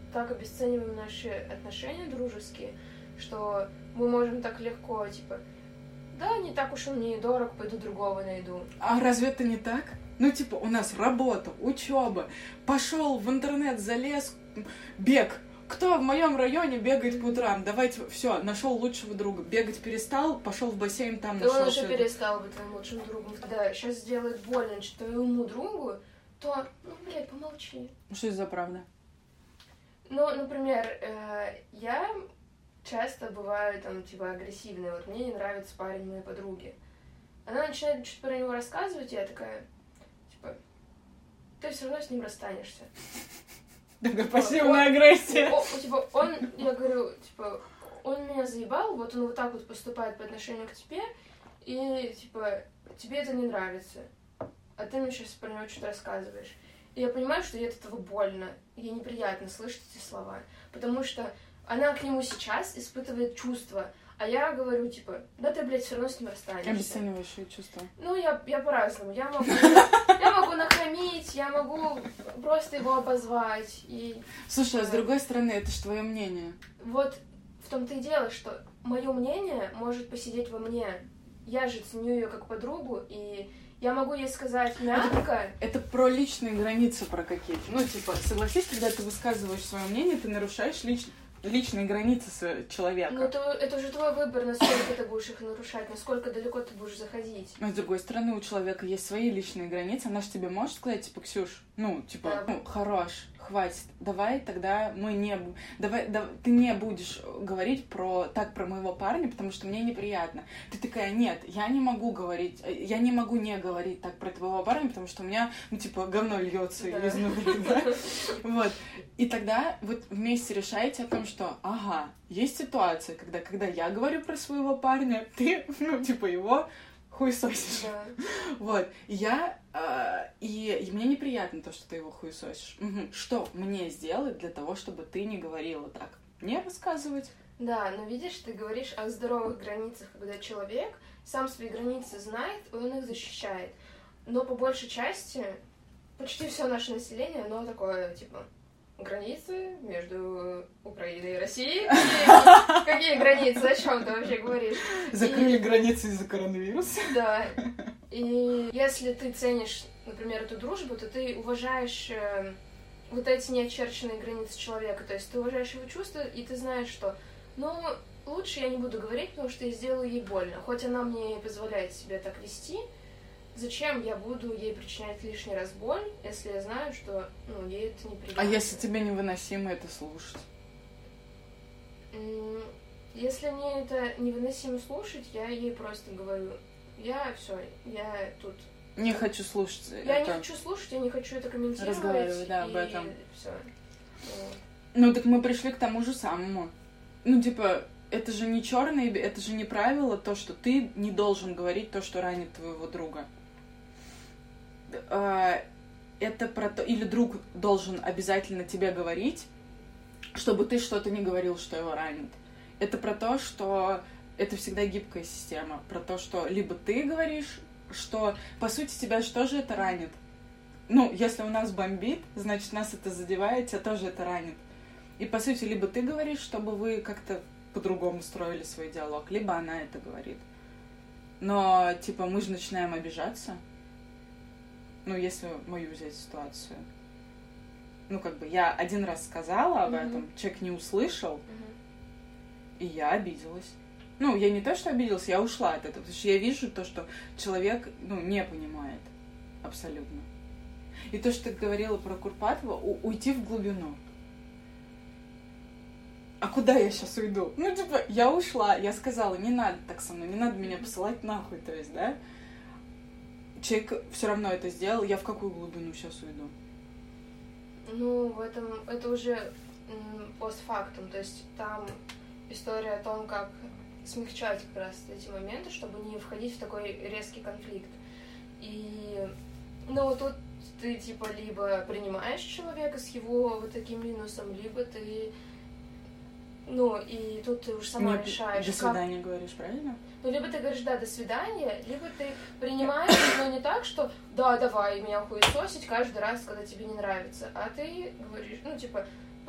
так обесцениваем наши отношения дружеские, что мы можем так легко, типа, да, не так уж он мне и дорог, пойду другого найду. А разве это не так? Ну, типа, у нас работа, учеба, пошел в интернет, залез, бег. Кто в моем районе бегает по утрам? Давайте, все, нашел лучшего друга. Бегать перестал, пошел в бассейн, там нашел. Он уже перестал быть твоим лучшим другом. Когда сейчас сделает больно твоему другу, то, блядь, помолчи. Что это за правда? Ну, например, я часто бываю, там, типа, агрессивная. Вот мне не нравится парень моей подруги. Она начинает что-то про него рассказывать, и я такая, типа, ты все равно с ним расстанешься. Такая пассивная агрессия. Типа, я говорю, типа, он меня заебал, вот он вот так вот поступает по отношению к тебе, и, типа, тебе это не нравится, а ты мне сейчас про него что-то рассказываешь. И я понимаю, что ей от этого больно, ей неприятно слышать эти слова, потому что она к нему сейчас испытывает чувства, а я говорю, типа, да ты, блядь, все равно с ним расстанешься. Обесцениваешь ее чувства. Ну, я по-разному. Я могу нахамить, я могу просто его обозвать. Слушай, а с другой стороны, это же твое мнение. Вот в том-то и дело, что мое мнение может посидеть во мне. Я же ценю ее как подругу, и я могу ей сказать мягко. Это про личные границы, про какие-то. Ну, типа, согласись, когда ты высказываешь свое мнение, ты нарушаешь личные границы человека. Ну, это уже твой выбор, насколько ты будешь их нарушать, насколько далеко ты будешь заходить. Но, с другой стороны, у человека есть свои личные границы. Она же тебе может сказать, типа, Ксюш, ну, типа, да. Ну, хорош, хватит, давай тогда мы не... ты не будешь говорить про моего парня, потому что мне неприятно. Ты такая, нет, я не могу не говорить так про твоего парня, потому что у меня, ну, типа, говно льется изнутри, да? Вот. И тогда вот вместе решаете о том, что, ага, есть ситуация, когда я говорю про своего парня, ты, ну, типа, его хуесосишь. Да. Вот. И мне неприятно то, что ты его хуесосишь. Угу. Что мне сделать для того, чтобы ты не говорила так? Мне рассказывать? Да, но видишь, ты говоришь о здоровых границах, когда человек сам свои границы знает, и он их защищает. Но по большей части почти все наше население, оно такое, типа, границы между Украиной и Россией? Какие границы? О чем ты вообще говоришь? Закрыли границы из-за коронавируса. Да. И если ты ценишь, например, эту дружбу, то ты уважаешь вот эти неочерченные границы человека. То есть ты уважаешь его чувства, и ты знаешь, что, ну, лучше я не буду говорить, потому что я сделаю ей больно. Хоть она мне и позволяет себя так вести, зачем я буду ей причинять лишний раз боль, если я знаю, что, ну, ей это неприятно. А если тебе невыносимо это слушать? Если мне это невыносимо слушать, я ей просто говорю, я тут... Не хочу слушать Я не хочу слушать, я не хочу это комментировать. Разговаривать, да, об этом. Всё. Ну, так мы пришли к тому же самому. Ну, типа, это же не чёрное, это же не правило, то, что ты не должен говорить то, что ранит твоего друга. Это про то... Или друг должен обязательно тебе говорить, чтобы ты что-то не говорил, что его ранит. Это про то, что это всегда гибкая система. Про то, что либо ты говоришь, что, по сути, тебя же тоже это ранит. Ну, если у нас бомбит, значит, нас это задевает, тебя тоже это ранит. И, по сути, либо ты говоришь, чтобы вы как-то по-другому строили свой диалог, либо она это говорит. Но, типа, мы же начинаем обижаться. Ну, если мою взять ситуацию. Ну, как бы, я один раз сказала об этом, человек не услышал, и я обиделась. Ну, я не то, что обиделась, я ушла от этого, потому что я вижу то, что человек, ну, не понимает абсолютно. И то, что ты говорила про Курпатова, уйти в глубину. А куда я сейчас уйду? Ну, типа, я ушла, я сказала, не надо так со мной, не надо меня посылать нахуй, то есть, да? Человек все равно это сделал, я в какую глубину сейчас уйду? Ну, в этом, это уже постфактум, то есть там история о том, как смягчать как раз эти моменты, чтобы не входить в такой резкий конфликт. И, ну, тут ты, типа, либо принимаешь человека с его вот таким минусом, либо ты, ну, и тут ты уже сама решаешь. До свидания говоришь, правильно? Ну, либо ты говоришь, да, до свидания, либо ты принимаешь, но не так, что да, давай меня хуесосить каждый раз, когда тебе не нравится, а ты говоришь, ну, типа,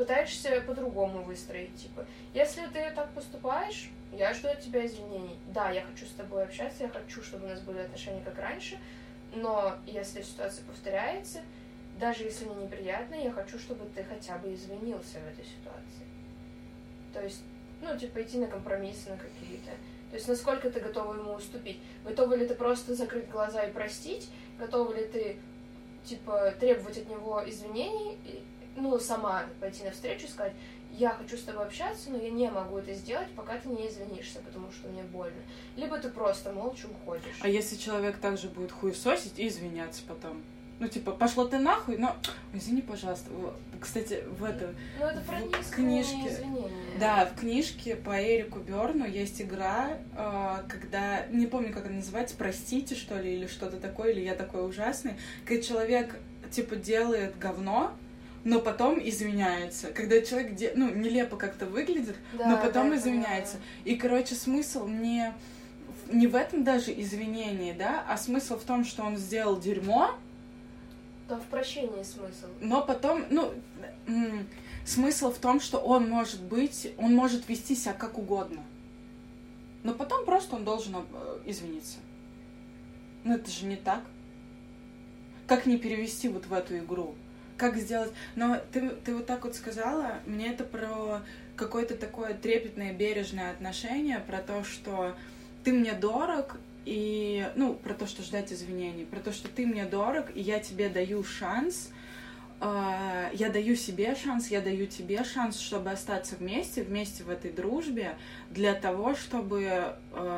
пытаешься по-другому выстроить, типа, если ты так поступаешь, я жду от тебя извинений. Да, я хочу с тобой общаться, я хочу, чтобы у нас были отношения как раньше, но если ситуация повторяется, даже если мне неприятно, я хочу, чтобы ты хотя бы извинился в этой ситуации. То есть, ну, типа, идти на компромиссы на какие-то. То есть, насколько ты готова ему уступить? Готова ли ты просто закрыть глаза и простить? Готова ли ты, типа, требовать от него извинений? Ну, сама пойти навстречу и сказать, я хочу с тобой общаться, но я не могу это сделать, пока ты не извинишься, потому что мне больно. Либо ты просто молча уходишь. А если человек также будет хуесосить и извиняться потом? Ну, типа, пошло ты нахуй, но... Извини, пожалуйста. Кстати, в это... Ну, это про книжке... извинения. Да, в книжке по Эрику Берну есть игра, когда... Не помню, как она называется, «Простите», что ли, или что-то такое, или «Я такой ужасный». Когда человек, типа, делает говно, но потом извиняется. Когда человек, ну, нелепо как-то выглядит, да, но потом да, извиняется. И, короче, смысл не в этом даже извинении, да, а смысл в том, что он сделал дерьмо. То в прощении смысл. Но потом, ну, смысл в том, что он может вести себя как угодно. Но потом просто он должен извиниться. Ну, это же не так. Как не перевести вот в эту игру? Как сделать... Но ты вот так вот сказала, мне это про какое-то такое трепетное, бережное отношение, про то, что ты мне дорог, и, ну, про то, что ждать извинений, про то, что ты мне дорог, и я тебе даю шанс, я даю себе шанс, я даю тебе шанс, чтобы остаться вместе в этой дружбе, для того, чтобы...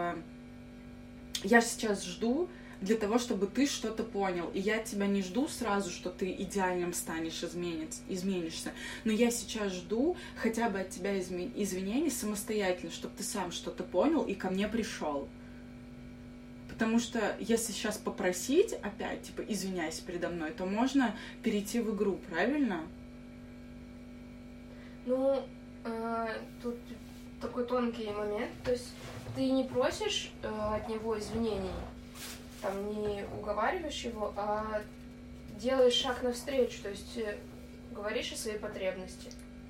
Я сейчас жду для того, чтобы ты что-то понял. И я тебя не жду сразу, что ты идеальным станешь, изменишься. Но я сейчас жду хотя бы от тебя извинений самостоятельно, чтобы ты сам что-то понял и ко мне пришел. Потому что если сейчас попросить опять, типа, извиняйся передо мной, то можно перейти в игру, правильно? Ну, тут такой тонкий момент. То есть ты не просишь от него извинений, там, не уговариваешь его, а делаешь шаг навстречу, то есть говоришь о своей потребности.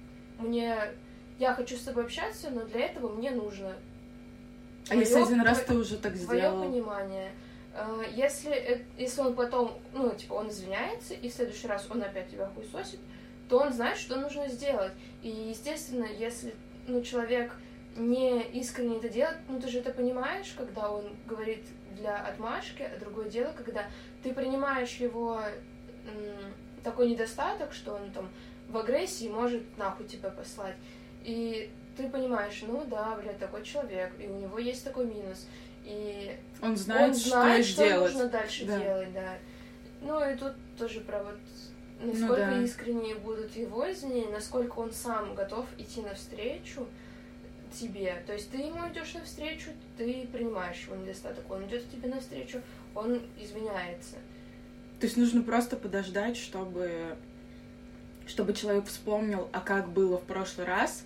Я хочу с тобой общаться, но для этого мне нужно... А если один раз ты уже так сделал? Твое понимание. Если он потом, ну, типа, он извиняется, и в следующий раз он опять тебя хуесосит, то он знает, что нужно сделать. И, естественно, если, ну, человек не искренне это делает, ну, ты же это понимаешь, когда он говорит для отмашки, а другое дело, когда ты принимаешь его такой недостаток, что он там в агрессии может нахуй тебя послать. И ты понимаешь, ну да, блядь, такой человек, и у него есть такой минус. И он знает, что нужно дальше делать, да. Ну и тут тоже про вот насколько искренние будут его извинения, насколько он сам готов идти навстречу тебе. То есть ты ему идешь навстречу, ты принимаешь его недостаток, он идет тебе навстречу, он извиняется. То есть нужно просто подождать, чтобы человек вспомнил, а как было в прошлый раз,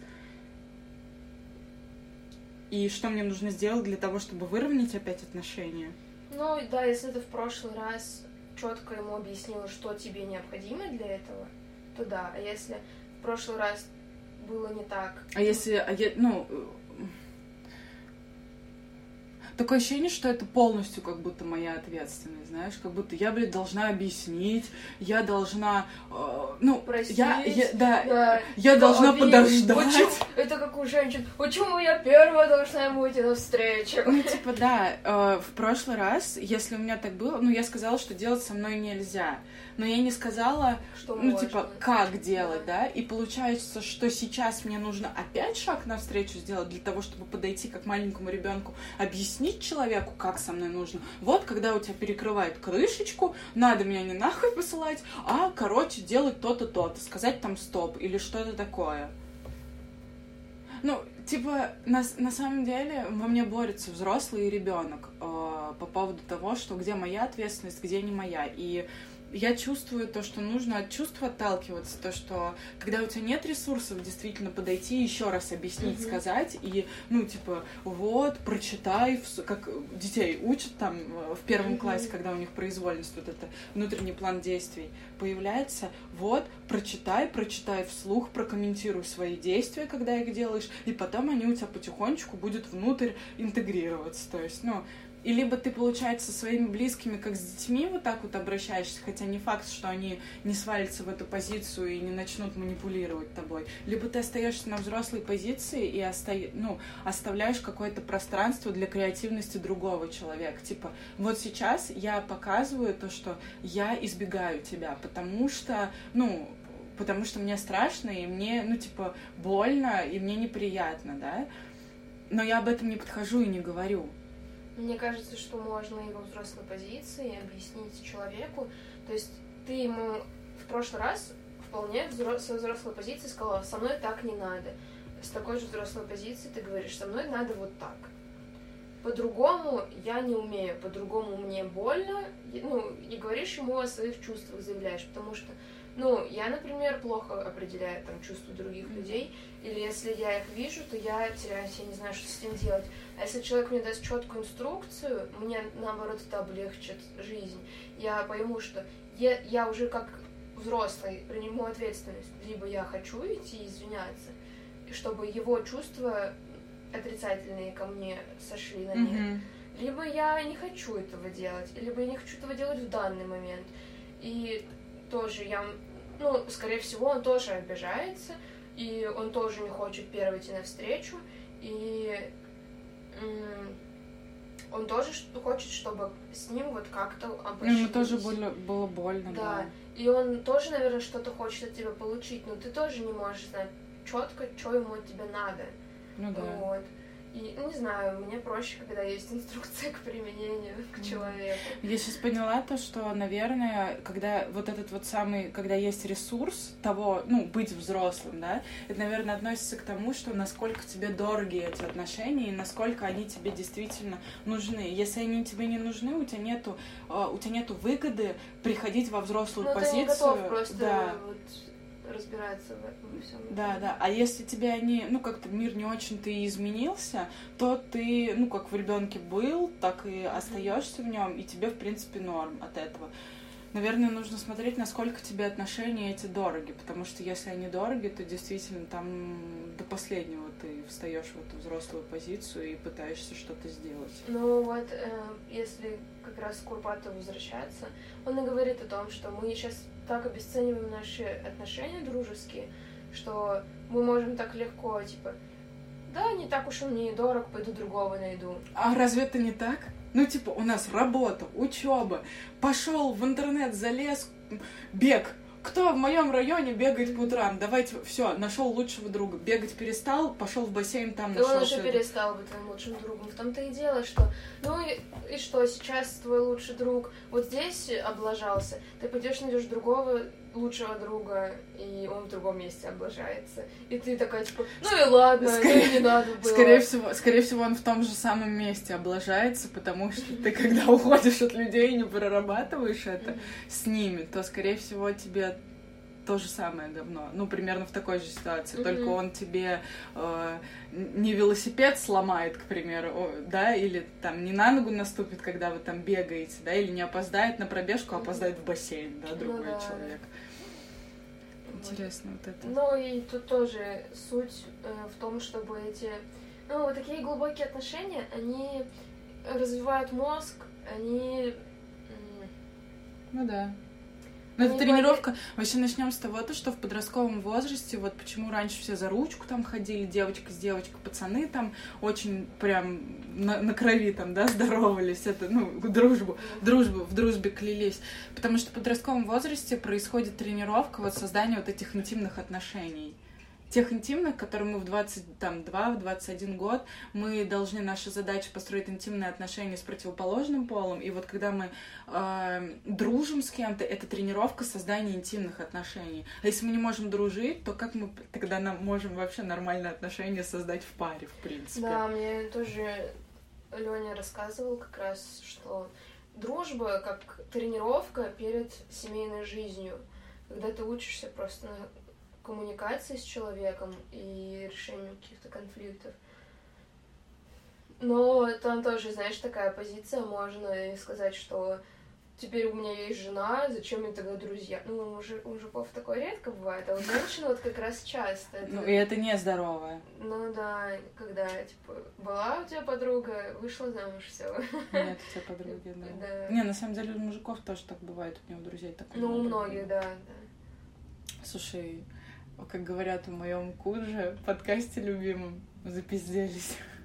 и что мне нужно сделать для того, чтобы выровнять опять отношения. Ну да, если ты в прошлый раз четко ему объяснила, что тебе необходимо для этого, то да. А если в прошлый раз было не так... Такое ощущение, что это полностью как будто моя ответственность, знаешь, как будто я, блядь, должна объяснить, я должна, простить, я должна подождать. Это как у женщин, почему я первая должна ему идти навстречу? Ну, типа, да, в прошлый раз, если у меня так было, я сказала, что делать со мной нельзя, но я не сказала, что можно. Типа, как делать, да, и получается, что сейчас мне нужно опять шаг навстречу сделать для того, чтобы подойти как маленькому ребенку, объяснить человеку, как со мной нужно. Вот, когда у тебя перекрывает крышечку, надо меня не нахуй посылать, а, короче, делать то-то, то-то, сказать там стоп или что-то такое. Ну, типа, на самом деле во мне борется взрослый и ребенок по поводу того, что где моя ответственность, где не моя. И я чувствую то, что нужно от чувств отталкиваться, то, что когда у тебя нет ресурсов, действительно подойти, еще раз объяснить, сказать, и, ну, типа, вот, прочитай, как детей учат там в первом классе, когда у них произвольность, вот это внутренний план действий появляется, вот, прочитай вслух, прокомментируй свои действия, когда их делаешь, и потом они у тебя потихонечку будут внутрь интегрироваться, то есть, ну, и либо ты, получается, со своими близкими, как с детьми, вот так вот обращаешься, хотя не факт, что они не свалятся в эту позицию и не начнут манипулировать тобой, либо ты остаешься на взрослой позиции и оставляешь какое-то пространство для креативности другого человека. Типа, вот сейчас я показываю то, что я избегаю тебя, потому что мне страшно, и мне, больно, и мне неприятно, да, но я об этом не подхожу и не говорю. Мне кажется, что можно и во взрослой позиции объяснить человеку. То есть ты ему в прошлый раз вполне со взрослой позиции сказала: со мной так не надо. С такой же взрослой позиции ты говоришь: со мной надо вот так. По-другому я не умею, по-другому мне больно. И говоришь ему о своих чувствах, заявляешь, потому что я, например, плохо определяю там чувства других людей, или если я их вижу, то я теряюсь, я не знаю, что с этим делать. А если человек мне даст четкую инструкцию, мне, наоборот, это облегчит жизнь. Я пойму, что я уже как взрослый приниму ответственность. Либо я хочу идти извиняться, чтобы его чувства отрицательные ко мне сошли на нет. Либо я не хочу этого делать, либо я не хочу этого делать в данный момент. И тоже скорее всего, он тоже обижается, и он тоже не хочет первый идти навстречу, и он тоже хочет, чтобы с ним вот как-то обошлись. Ему тоже было больно, да. И он тоже, наверное, что-то хочет от тебя получить, но ты тоже не можешь знать четко, что ему от тебя надо. Ну да. Вот. И, не знаю, мне проще, когда есть инструкция к применению к человеку. Я сейчас поняла то, что, наверное, когда вот этот вот самый, когда есть ресурс того, быть взрослым, да, это, наверное, относится к тому, что насколько тебе дороги эти отношения и насколько они тебе действительно нужны. Если они тебе не нужны, у тебя нету выгоды приходить во взрослую позицию. Ты не готов просто разбираться во всем. Да. А если тебе они, как-то мир не очень-то и изменился, то ты, как в ребенке был, так и остаешься в нем, и тебе, в принципе, норм от этого. Наверное, нужно смотреть, насколько тебе отношения эти дороги, потому что если они дороги, то действительно там до последнего ты встаешь в эту взрослую позицию и пытаешься что-то сделать. Если как раз к Курпатову возвращаться, он и говорит о том, что мы сейчас так обесцениваем наши отношения дружеские, что мы можем так легко, не так уж он мне и дорог, пойду другого найду. А разве это не так? У нас работа, учеба, пошел в интернет, залез, бег. Кто в моем районе бегает по утрам? Давайте, все, нашел лучшего друга. Бегать перестал, пошел в бассейн, там нашел. Он уже перестал быть твоим лучшим другом. В том-то и дело, что и что сейчас твой лучший друг вот здесь облажался, ты пойдешь найдешь другого лучшего друга, и он в другом месте облажается. И ты такая, и ладно, не надо было. Скорее всего, он в том же самом месте облажается, потому что ты, когда уходишь от людей и не прорабатываешь это с ними, то, скорее всего, тебе то же самое говно. Примерно в такой же ситуации. Только он тебе не велосипед сломает, к примеру, да, или там не на ногу наступит, когда вы там бегаете, да, или не опоздает на пробежку, а опоздает в бассейн, да, другой человек. Интересно вот это. И тут тоже суть в том, чтобы эти... вот такие глубокие отношения, они развивают мозг, они... Да. Но эта тренировка, вообще начнем с того, что в подростковом возрасте, вот почему раньше все за ручку там ходили, девочка с девочкой, пацаны там очень прям на крови там, да, здоровались, это, в дружбе клялись. Потому что в подростковом возрасте происходит тренировка, создание вот этих интимных отношений. Тех интимных, которые мы в 22-21 год, мы должны, наша задача построить интимные отношения с противоположным полом, и вот когда мы дружим с кем-то, это тренировка создания интимных отношений. А если мы не можем дружить, то как мы тогда можем вообще нормальные отношения создать в паре, в принципе? Да, мне тоже Лёня рассказывал как раз, что дружба как тренировка перед семейной жизнью, когда ты учишься просто на коммуникации с человеком и решению каких-то конфликтов. Но там тоже, знаешь, такая позиция, можно сказать, что теперь у меня есть жена, зачем мне тогда друзья? Ну, у мужиков такое редко бывает, а у женщин вот как раз часто. Ну, и это нездоровое. Ну да, когда, типа, была у тебя подруга, вышла замуж, все. Нет, у тебя подруги, да. Не, на самом деле у мужиков тоже так бывает, у меня у друзей такое. Ну, у многих, да. Слушай, как говорят в моем кудже подкасте любимом, запизделись.